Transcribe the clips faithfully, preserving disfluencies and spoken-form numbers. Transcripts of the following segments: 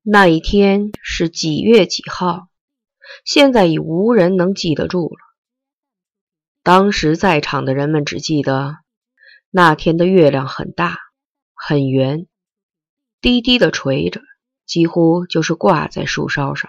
那一天是几月几号，现在已无人能记得住了。当时在场的人们只记得那天的月亮很大很圆，低低的垂着，几乎就是挂在树梢上。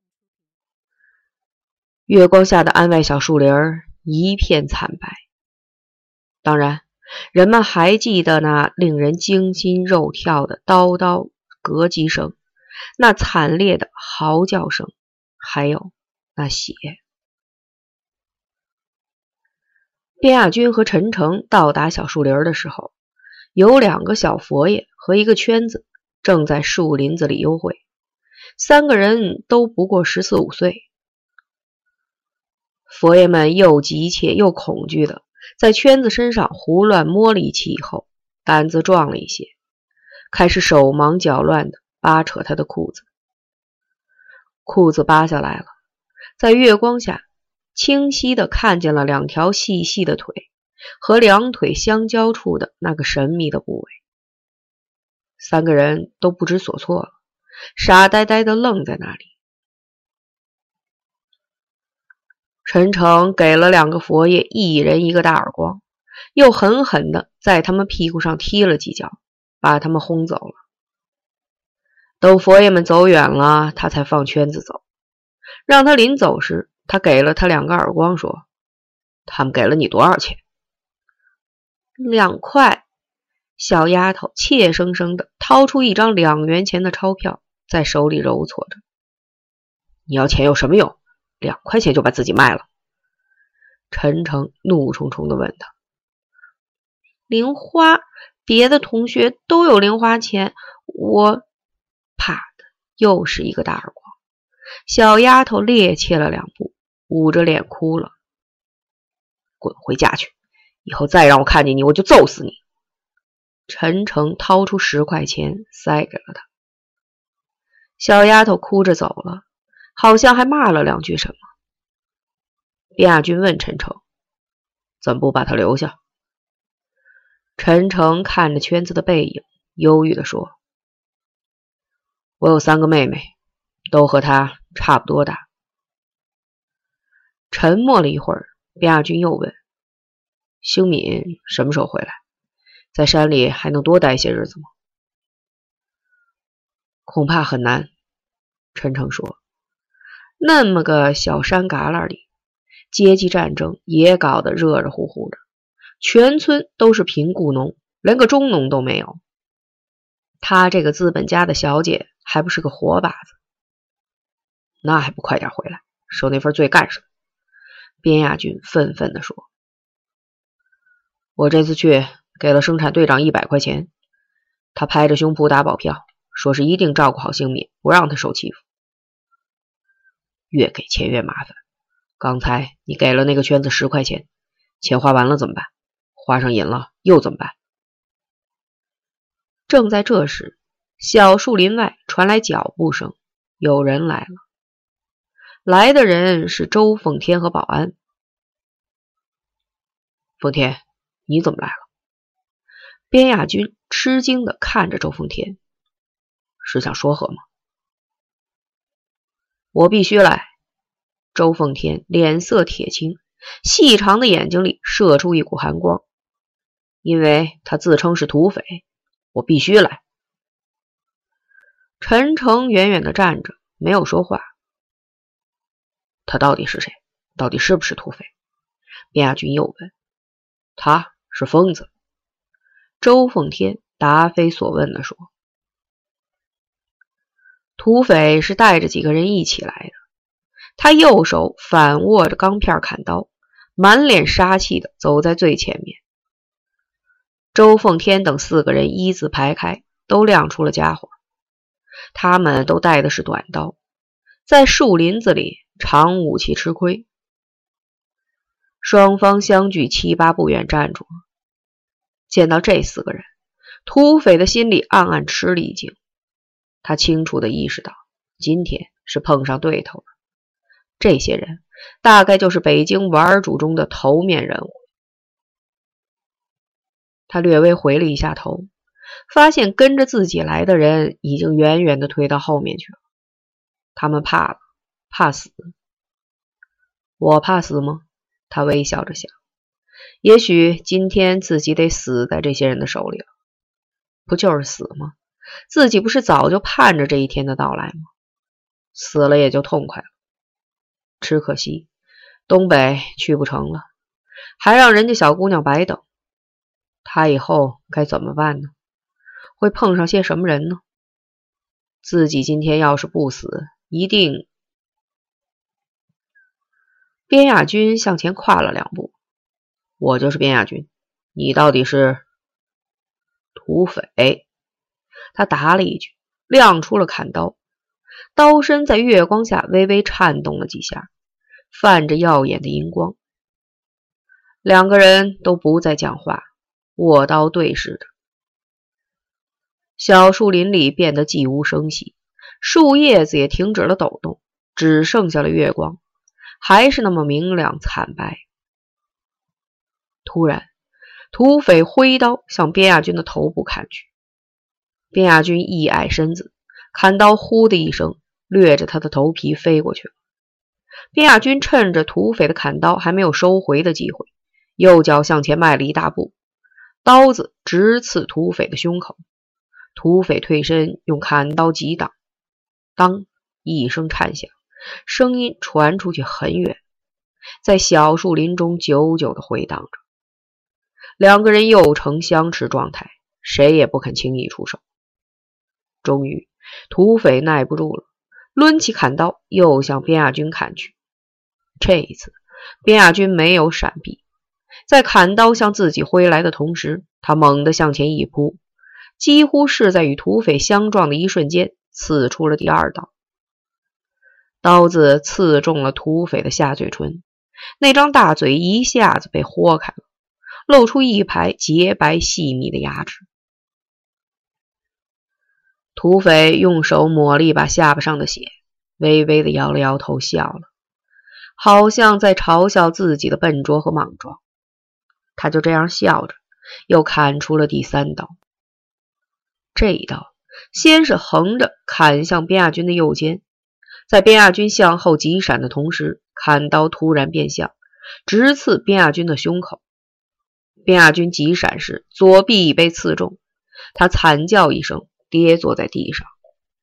月光下的安外小树林一片惨白。当然，人们还记得那令人惊心肉跳的刀刀格击声，那惨烈的嚎叫声，还有那血。卞亚军和陈诚到达小树林的时候，有两个小佛爷和一个圈子正在树林子里幽会，三个人都不过十四五岁。佛爷们又急切又恐惧的在圈子身上胡乱摸了一气以后，胆子壮了一些，开始手忙脚乱的扒扯他的裤子。裤子扒下来了，在月光下清晰地看见了两条细细的腿和两腿相交处的那个神秘的部位。三个人都不知所措了，傻呆呆地愣在那里。陈诚给了两个佛爷一人一个大耳光，又狠狠地在他们屁股上踢了几脚，把他们轰走了。等佛爷们走远了，他才放圈子走。让他临走时，他给了他两个耳光，说：“他们给了你多少钱？”两块。小丫头怯生生地掏出一张两元钱的钞票，在手里揉搓着。你要钱有什么用？两块钱就把自己卖了。陈诚怒冲冲地问他。零花，别的同学都有零花钱，我……啪的，又是一个大耳光。小丫头趔趄了两步，捂着脸哭了。滚回家去，以后再让我看见你，我就揍死你。陈诚掏出十块钱塞给了他。小丫头哭着走了，好像还骂了两句什么。卞亚军问陈诚：“怎么不把他留下？”陈诚看着圈子的背影，忧郁地说：“我有三个妹妹，都和他差不多大。”沉默了一会儿，卞亚军又问：“兴敏什么时候回来？在山里还能多待些日子吗？”“恐怕很难。”陈诚说。那么个小山旮旯里，阶级战争也搞得热热乎乎的，全村都是贫雇农，连个中农都没有。他这个资本家的小姐还不是个活靶子。那还不快点回来，受那份罪干什么？卞亚军愤愤地说。我这次去给了生产队长一百块钱，他拍着胸脯打保票，说是一定照顾好兴敏，不让他受欺负。越给钱越麻烦。刚才你给了那个圈子十块钱，钱花完了怎么办？花上瘾了又怎么办？正在这时，小树林外传来脚步声，有人来了。来的人是周凤天和保安。凤天，你怎么来了？卞亚军吃惊地看着周凤天，是想说和吗？我必须来。周凤天脸色铁青，细长的眼睛里射出一股寒光。因为他自称是土匪，我必须来。陈诚远远地站着，没有说话。他到底是谁？到底是不是土匪？卞亚军又问。他是疯子。周凤天答非所问地说。土匪是带着几个人一起来的。他右手反握着钢片砍刀，满脸杀气地走在最前面。周凤天等四个人一字排开，都亮出了家伙。他们都带的是短刀，在树林子里长武器吃亏。双方相距七八步远站住。见到这四个人，土匪的心里暗暗吃了一惊。他清楚地意识到，今天是碰上对头了。这些人大概就是北京玩主中的头面人物。他略微回了一下头， 发现跟着自己来的人已经远远地退到后面去了。他们怕了，怕死。我怕死吗？他微笑着想，也许今天自己得死在这些人的手里了。不就是死吗？自己不是早就盼着这一天的到来吗？死了也就痛快了。只可惜东北去不成了，还让人家小姑娘白等。他以后该怎么办呢？会碰上些什么人呢？自己今天要是不死，一定……边亚军向前跨了两步。我就是边亚军，你到底是？土匪。他答了一句，亮出了砍刀，刀身在月光下微微颤动了几下，泛着耀眼的银光。两个人都不再讲话，握刀对视着。小树林里变得寂无声息，树叶子也停止了抖动，只剩下了月光，还是那么明亮惨白。突然，土匪挥刀向边亚军的头部砍去。边亚军一矮身子，砍刀呼的一声，掠着他的头皮飞过去了。边亚军趁着土匪的砍刀还没有收回的机会，右脚向前迈了一大步，刀子直刺土匪的胸口。土匪退身，用砍刀急挡。当一声颤响，声音传出去很远，在小树林中久久地回荡着。两个人又呈相持状态，谁也不肯轻易出手。终于，土匪耐不住了，抡起砍刀又向边亚军砍去。这一次，边亚军没有闪避，在砍刀向自己挥来的同时，他猛地向前一扑，几乎是在与土匪相撞的一瞬间，刺出了第二刀。刀子刺中了土匪的下嘴唇，那张大嘴一下子被豁开了，露出一排洁白细密的牙齿。土匪用手抹了一把下巴上的血，微微地摇了摇头，笑了，好像在嘲笑自己的笨拙和莽撞。他就这样笑着，又砍出了第三刀。这一刀先是横着砍向边亚军的右肩，在边亚军向后急闪的同时，砍刀突然变向，直刺边亚军的胸口。边亚军急闪时，左臂已被刺中，他惨叫一声，跌坐在地上。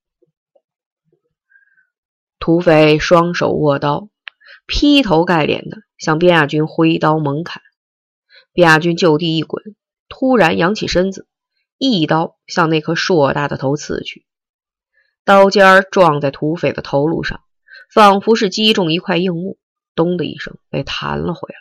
土匪双手握刀，劈头盖脸的向边亚军挥刀猛砍。边亚军就地一滚，突然扬起身子，一刀向那颗硕大的头刺去。刀尖撞在土匪的头颅上，仿佛是击中一块硬木，咚的一声被弹了回来。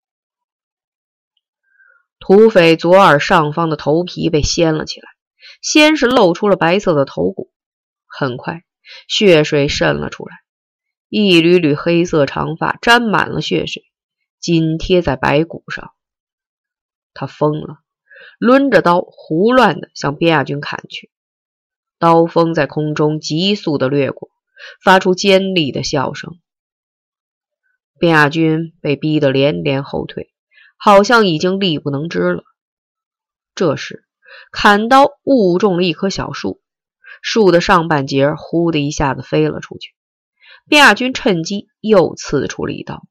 土匪左耳上方的头皮被掀了起来，先是露出了白色的头骨，很快血水渗了出来，一缕缕黑色长发沾满了血水，紧贴在白骨上。他疯了，抡着刀胡乱地向边亚军砍去。刀锋在空中急速地掠过，发出尖利的笑声。边亚军被逼得连连后退，好像已经力不能支了。这时砍刀误中了一棵小树，树的上半截呼的一下子飞了出去。边亚军趁机又刺出了一刀，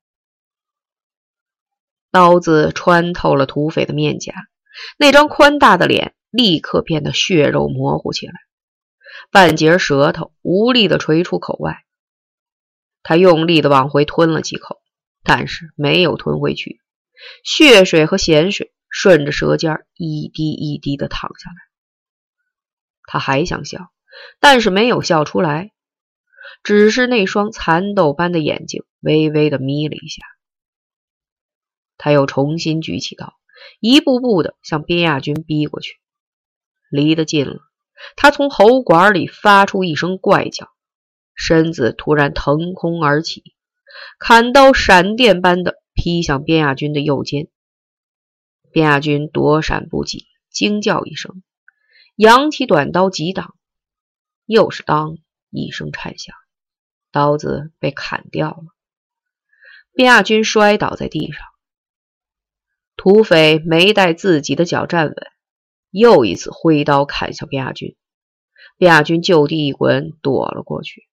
刀子穿透了土匪的面颊，那张宽大的脸立刻变得血肉模糊起来，半截舌头无力地垂出口外。他用力地往回吞了几口，但是没有吞回去，血水和咸水顺着舌尖一滴一滴地淌下来。他还想笑，但是没有笑出来，只是那双蚕豆般的眼睛微微地眯了一下。他又重新举起刀，一步步地向边亚军逼过去。离得近了，他从喉管里发出一声怪叫，身子突然腾空而起，砍刀闪电般地劈向边亚军的右肩。边亚军躲闪不及，惊叫一声，扬起短刀急挡，又是当一声颤响，刀子被砍掉了。边亚军摔倒在地上，土匪没待自己的脚站稳， 又一次挥刀砍向边亚军，边亚军就地一滚，躲了过去。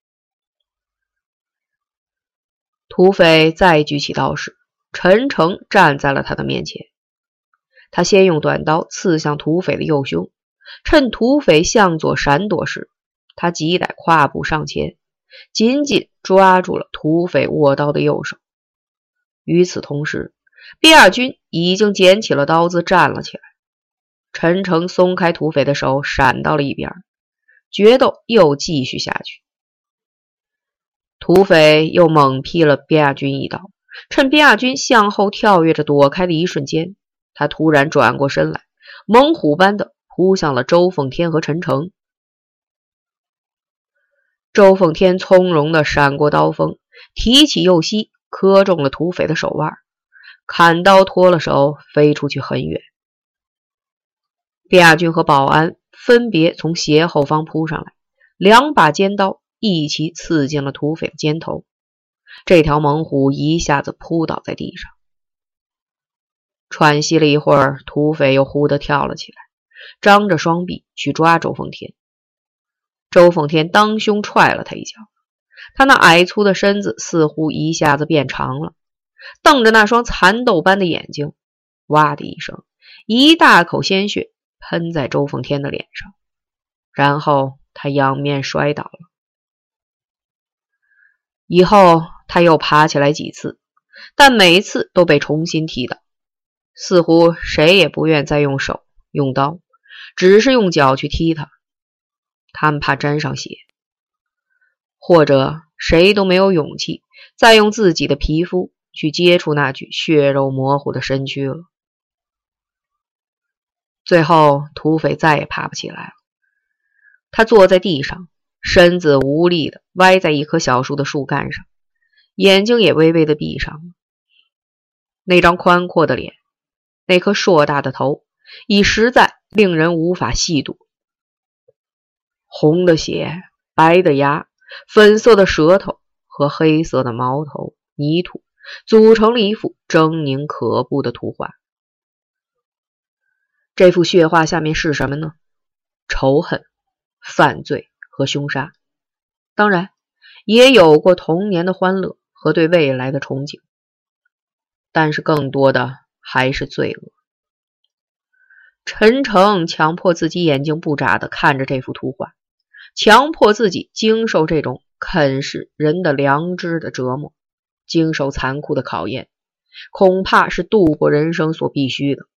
土匪再举起刀时，陈诚站在了他的面前。他先用短刀刺向土匪的右胸，趁土匪向左闪躲时，他急歹跨步上前，紧紧抓住了土匪握刀的右手。与此同时，边亚军已经捡起了刀子站了起来。陈诚松开土匪的手，闪到了一边，决斗又继续下去。土匪又猛劈了边亚军一刀，趁边亚军向后跳跃着躲开的一瞬间，他突然转过身来，猛虎般的扑向了周奉天和陈诚。周奉天从容地闪过刀锋，提起右膝磕中了土匪的手腕，砍刀脱了手，飞出去很远。边亚军和保安分别从斜后方扑上来，两把尖刀一起刺进了土匪的肩头，这条猛虎一下子扑倒在地上。喘息了一会儿，土匪又忽地跳了起来，张着双臂去抓周奉天。周奉天当胸踹了他一脚，他那矮粗的身子似乎一下子变长了，瞪着那双蚕豆般的眼睛，哇的一声，一大口鲜血喷在周奉天的脸上，然后他仰面摔倒了。以后他又爬起来几次，但每次都被重新踢倒，似乎谁也不愿再用手用刀，只是用脚去踢他。他们怕沾上血，或者谁都没有勇气再用自己的皮肤去接触那具血肉模糊的身躯了。最后土匪再也爬不起来了，他坐在地上，身子无力地歪在一棵小树的树干上，眼睛也微微地闭上了。那张宽阔的脸，那颗硕大的头，已实在令人无法细读。红的血，白的牙，粉色的舌头和黑色的毛头、泥土组成了一幅狰狞可怖的图画。这幅血画下面是什么呢？仇恨、犯罪和凶杀，当然也有过童年的欢乐和对未来的憧憬，但是更多的还是罪恶。陈诚强迫自己眼睛不眨地看着这幅图画，强迫自己经受这种啃噬人的良知的折磨，经受残酷的考验，恐怕是度过人生所必须的。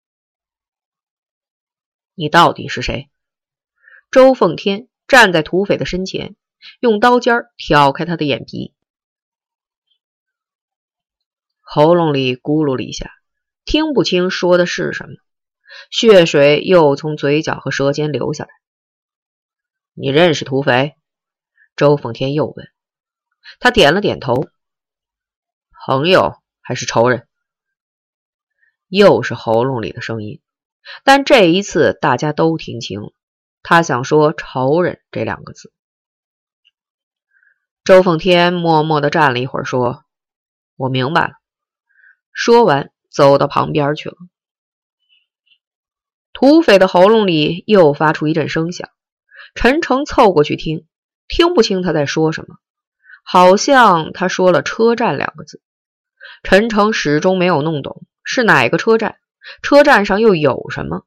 你到底是谁？周奉天站在土匪的身前，用刀尖挑开他的眼皮，喉咙里咕噜了一下，听不清说的是什么，血水又从嘴角和舌尖流下来。你认识土匪？周奉天又问。他点了点头。朋友还是仇人？又是喉咙里的声音，但这一次大家都听清了，他想说仇人这两个字。周奉天默默地站了一会儿，说：我明白了。说完走到旁边去了。土匪的喉咙里又发出一阵声响，陈诚凑过去听，听不清他在说什么，好像他说了车站两个字。陈诚始终没有弄懂是哪个车站，车站上又有什么。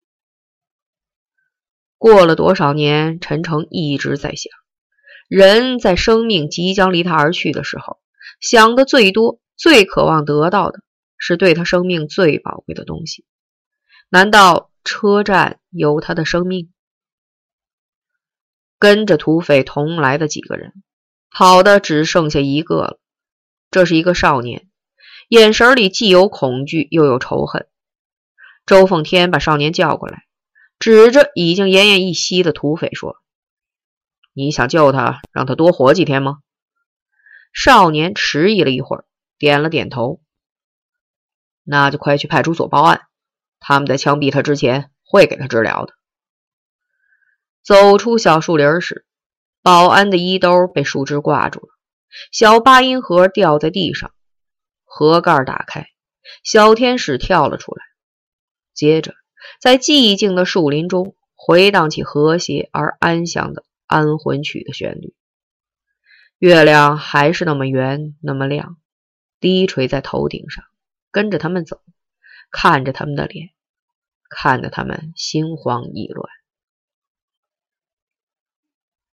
过了多少年，陈诚一直在想，人在生命即将离他而去的时候，想的最多最渴望得到的是对他生命最宝贵的东西。难道车站有他的生命？跟着土匪同来的几个人，跑的只剩下一个了。这是一个少年，眼神里既有恐惧又有仇恨。周奉天把少年叫过来，指着已经奄奄一息的土匪说：你想救他，让他多活几天吗？少年迟疑了一会儿，点了点头。那就快去派出所报案，他们在枪毙他之前会给他治疗的。走出小树林时，保安的衣兜被树枝挂住了，小八音盒掉在地上，盒盖打开，小天使跳了出来，接着在寂静的树林中回荡起和谐而安详的安魂曲的旋律。月亮还是那么圆，那么亮，低垂在头顶上，跟着他们走，看着他们的脸，看得他们心慌意乱。